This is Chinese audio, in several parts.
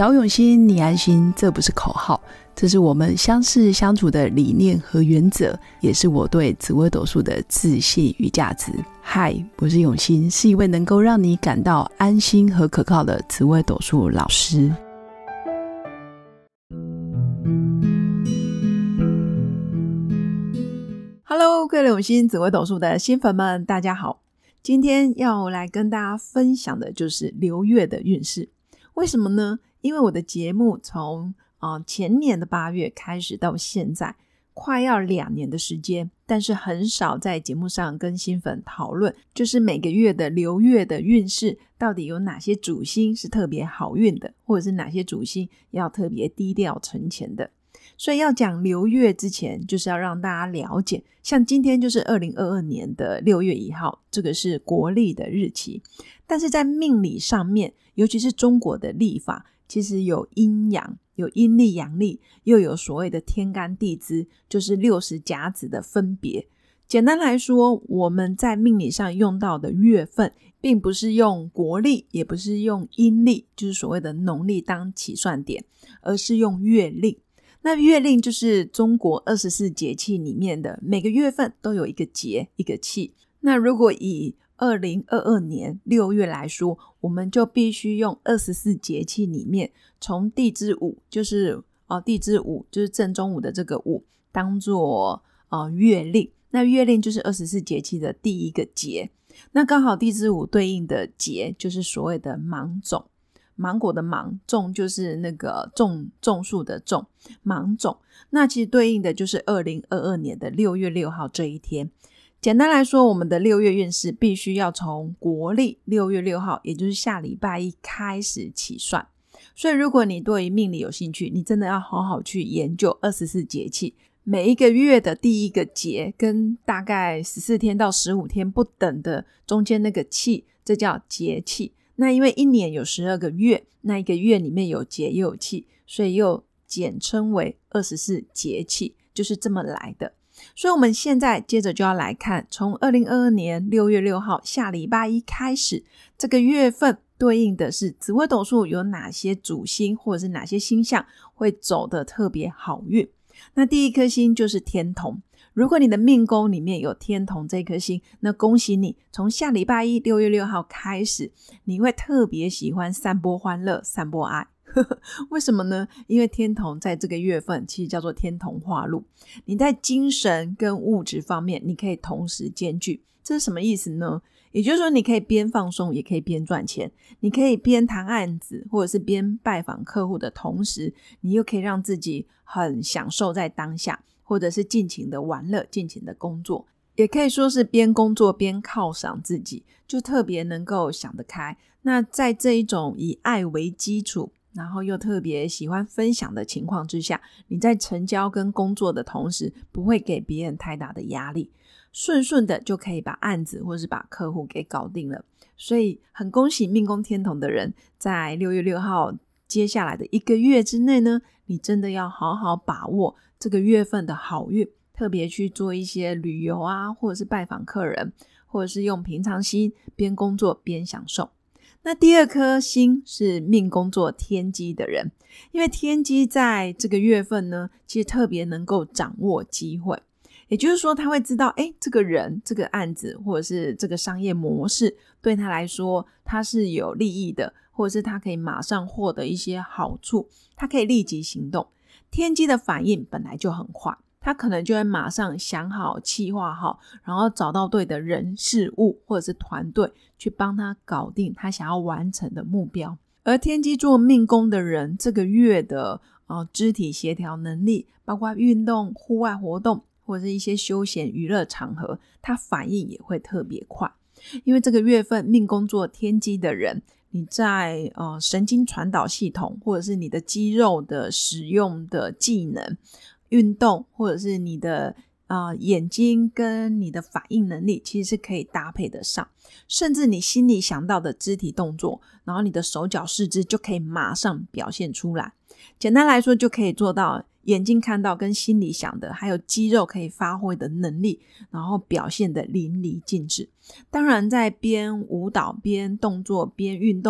找永新，你安心，这不是口号，这是我们相识相处的理念和原则，也是我对紫微斗数的自信与价值。嗨，我是永新，是一位能够让你感到安心和可靠的紫微斗数老师。Hello， 各位永新紫微斗数的新粉们，大家好。今天要来跟大家分享的就是流月的运势。为什么呢？因为我的节目从前年的8月开始到现在快要2年的时间，但是很少在节目上跟新粉讨论，就是每个月的流月的运势到底有哪些主星是特别好运的，或者是哪些主星要特别低调存钱的。所以要讲流月之前，就是要让大家了解，像今天就是2022年的6月1号，这个是国历的日期，但是在命理上面，尤其是中国的历法，其实有阴阳，有阴历阳历，又有所谓的天干地支，就是60甲子的分别。简单来说，我们在命理上用到的月份并不是用国历，也不是用阴历，就是所谓的农历当起算点，而是用月令。那月令就是中国24节气里面的每个月份都有一个节一个气。那如果以2022年6月来说，我们就必须用24节气里面从地支午，就是地支午就是正中午的这个午当做月令。那月令就是24节气的第一个节，那刚好地支午对应的节就是所谓的芒种，芒果的芒，种就是那个种树的种，芒种。那其实对应的就是2022年的6月6号这一天。简单来说，我们的6月运势必须要从国历6月6号，也就是下礼拜一开始起算。所以如果你对于命理有兴趣，你真的要好好去研究24节气，每一个月的第一个节跟大概14天到15天不等的中间那个气，这叫节气。那因为一年有12个月，那一个月里面有节又有气，所以又简称为24节气，就是这么来的。所以我们现在接着就要来看，从2022年6月6号下礼拜一开始，这个月份对应的是紫微斗数有哪些主星或者是哪些星象会走得特别好运。那第一颗星就是天同，如果你的命宫里面有天同这颗星，那恭喜你，从下礼拜一6月6号开始，你会特别喜欢散播欢乐，散播爱。为什么呢？因为天同在这个月份其实叫做天同化禄，你在精神跟物质方面你可以同时兼具。这是什么意思呢？也就是说你可以边放松也可以边赚钱，你可以边谈案子或者是边拜访客户的同时，你又可以让自己很享受在当下，或者是尽情的玩乐，尽情的工作，也可以说是边工作边犒赏自己，就特别能够想得开。那在这一种以爱为基础，然后又特别喜欢分享的情况之下，你在成交跟工作的同时不会给别人太大的压力，顺顺的就可以把案子或是把客户给搞定了。所以很恭喜命宫天同的人，在6月6号接下来的1个月之内呢，你真的要好好把握这个月份的好运，特别去做一些旅游啊，或者是拜访客人，或者是用平常心边工作边享受。那第二颗星是命宫做天机的人，因为天机在这个月份呢，其实特别能够掌握机会，也就是说他会知道这个人这个案子或者是这个商业模式对他来说他是有利益的，或者是他可以马上获得一些好处，他可以立即行动。天机的反应本来就很快，他可能就会马上想好企划好，然后找到对的人事物或者是团队去帮他搞定他想要完成的目标。而天机做命宫的人，这个月的肢体协调能力，包括运动、户外活动或者是一些休闲娱乐场合，他反应也会特别快。因为这个月份命宫做天机的人，你在神经传导系统或者是你的肌肉的使用的技能、运动或者是你的眼睛跟你的反应能力其实是可以搭配得上，甚至你心里想到的肢体动作，然后你的手脚四肢就可以马上表现出来。简单来说，就可以做到眼睛看到跟心里想的，还有肌肉可以发挥的能力，然后表现的淋漓尽致。当然在边舞蹈边动作边运动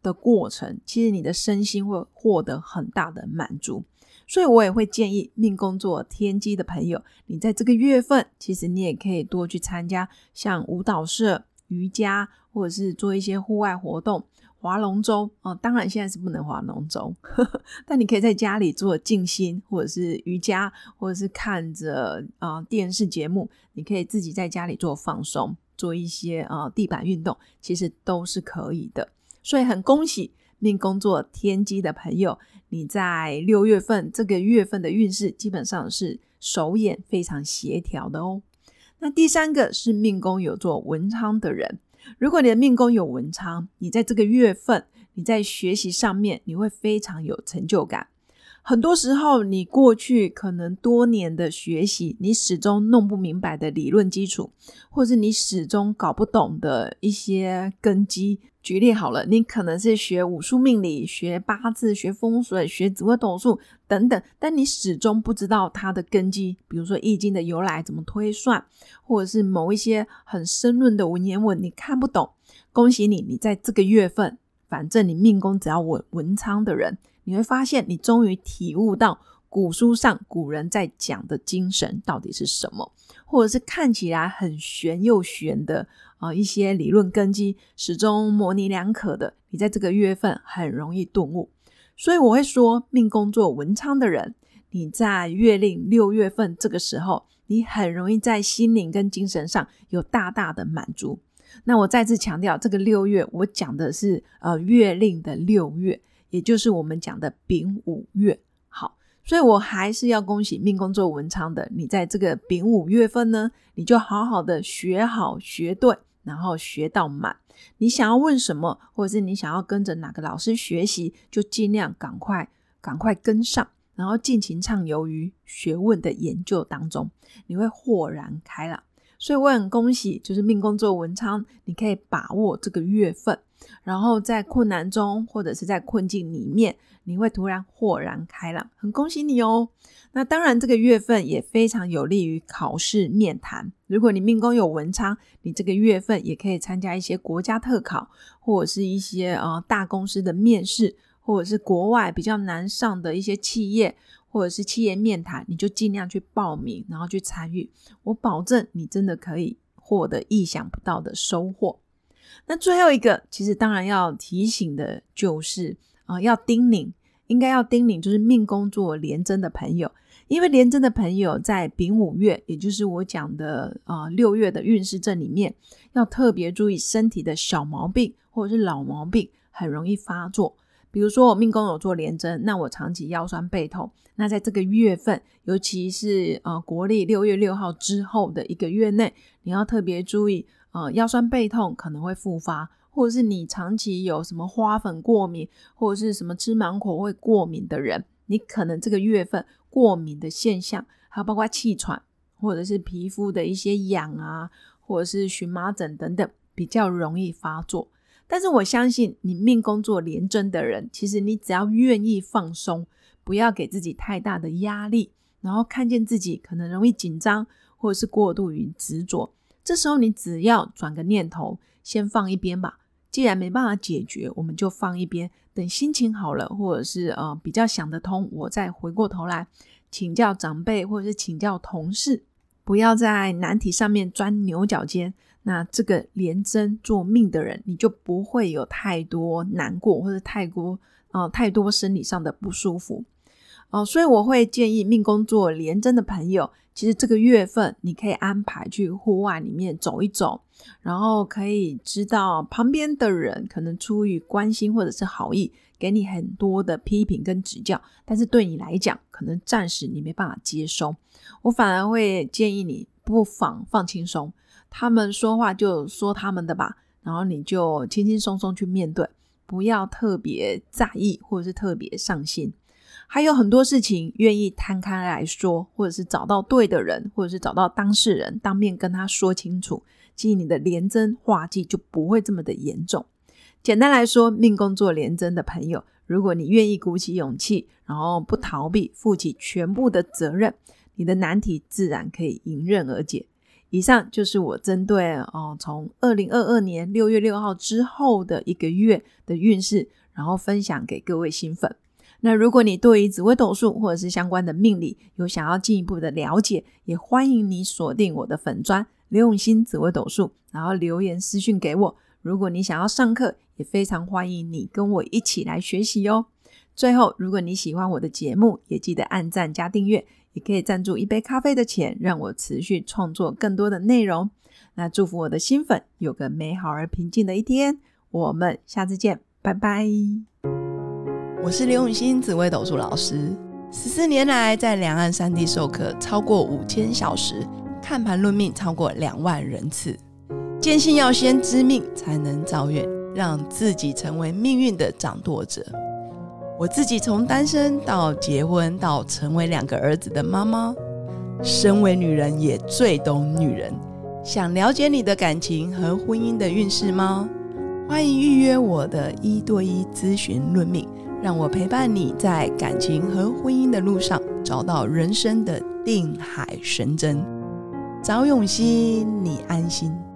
的过程，其实你的身心会获得很大的满足。所以我也会建议命宫坐天机的朋友，你在这个月份其实你也可以多去参加像舞蹈社、瑜伽，或者是做一些户外活动，划龙舟当然现在是不能划龙舟但你可以在家里做静心，或者是瑜伽，或者是看着电视节目，你可以自己在家里做放松，做一些地板运动，其实都是可以的。所以很恭喜命宫坐天机的朋友，你在6月份这个月份的运势基本上是手眼非常协调的哦。那第三个是命宫有做文昌的人，如果你的命宫有文昌，你在这个月份你在学习上面你会非常有成就感。很多时候你过去可能多年的学习，你始终弄不明白的理论基础，或是你始终搞不懂的一些根基。举例好了，你可能是学武术命理、学八字、学风水、学紫微斗数等等，但你始终不知道它的根基，比如说易经的由来怎么推算，或者是某一些很深论的文言文你看不懂。恭喜你，你在这个月份，反正你命宫只要文昌的人，你会发现你终于体悟到古书上古人在讲的精神到底是什么，或者是看起来很玄又玄的一些理论根基始终模棱两可的，你在这个月份很容易顿悟。所以我会说，命宫坐文昌的人，你在月令6月份这个时候，你很容易在心灵跟精神上有大大的满足。那我再次强调，这个6月我讲的是月令的6月，也就是我们讲的丙午月。好，所以我还是要恭喜命宫坐文昌的，你在这个丙午月份呢，你就好好的学好学对，然后学到满。你想要问什么，或者是你想要跟着哪个老师学习，就尽量赶快跟上，然后尽情畅游于学问的研究当中，你会豁然开朗。所以我很恭喜就是命宫坐文昌，你可以把握这个月份，然后在困难中或者是在困境里面，你会突然豁然开朗，很恭喜你哦。那当然这个月份也非常有利于考试面谈，如果你命宫有文昌，你这个月份也可以参加一些国家特考，或者是一些大公司的面试，或者是国外比较难上的一些企业，或者是企业面谈，你就尽量去报名，然后去参与，我保证你真的可以获得意想不到的收获。那最后一个其实当然要提醒的就是要叮咛，应该要叮咛就是命宫坐廉贞的朋友，因为廉贞的朋友在丙午月，也就是我讲的6月的运势阵里面，要特别注意身体的小毛病或者是老毛病很容易发作。比如说我命宫有做廉贞，那我长期腰酸背痛，那在这个月份，尤其是国历6月6号之后的一个月内，你要特别注意腰酸背痛可能会复发，或者是你长期有什么花粉过敏，或者是什么吃芒果会过敏的人，你可能这个月份过敏的现象，还有包括气喘，或者是皮肤的一些痒啊，或者是荨麻疹等等，比较容易发作。但是我相信你命宫坐廉贞的人，其实你只要愿意放松，不要给自己太大的压力，然后看见自己可能容易紧张，或者是过度于执着，这时候你只要转个念头，先放一边吧。既然没办法解决，我们就放一边，等心情好了，或者是比较想得通，我再回过头来请教长辈，或者是请教同事，不要在难题上面钻牛角尖。那这个廉贞做命的人，你就不会有太多难过，或者太多生理上的不舒服。所以我会建议命宫坐廉贞的朋友，其实这个月份你可以安排去户外里面走一走，然后可以知道旁边的人可能出于关心或者是好意，给你很多的批评跟指教，但是对你来讲可能暂时你没办法接收。我反而会建议你不妨放轻松，他们说话就说他们的吧，然后你就轻轻松松去面对，不要特别在意或者是特别上心。还有很多事情愿意摊开来说，或者是找到对的人，或者是找到当事人当面跟他说清楚，其实你的廉贞化忌就不会这么的严重。简单来说，命宫坐廉贞的朋友，如果你愿意鼓起勇气，然后不逃避，负起全部的责任，你的难题自然可以迎刃而解。 以上就是我针对从2022年6月6号之后的一个月的运势，然后分享给各位新粉。那如果你对于紫微斗数或者是相关的命理有想要进一步的了解，也欢迎你锁定我的粉专刘永新紫微斗数，然后留言私讯给我。如果你想要上课，也非常欢迎你跟我一起来学习哦。最后，如果你喜欢我的节目，也记得按赞加订阅，也可以赞助一杯咖啡的钱，让我持续创作更多的内容。那祝福我的新粉有个美好而平静的一天，我们下次见，拜拜。 我是刘永新紫微斗数老师，14年来在两岸3地授课超过5000小时，看盘论命超过2万人次，坚信要先知命才能造运，让自己成为命运的掌舵者。我自己从单身到结婚到成为2个儿子的妈妈，身为女人也最懂女人。想了解你的感情和婚姻的运势吗？欢迎预约我的1对1咨询论命，让我陪伴你在感情和婚姻的路上找到人生的定海神针。找永新，你安心。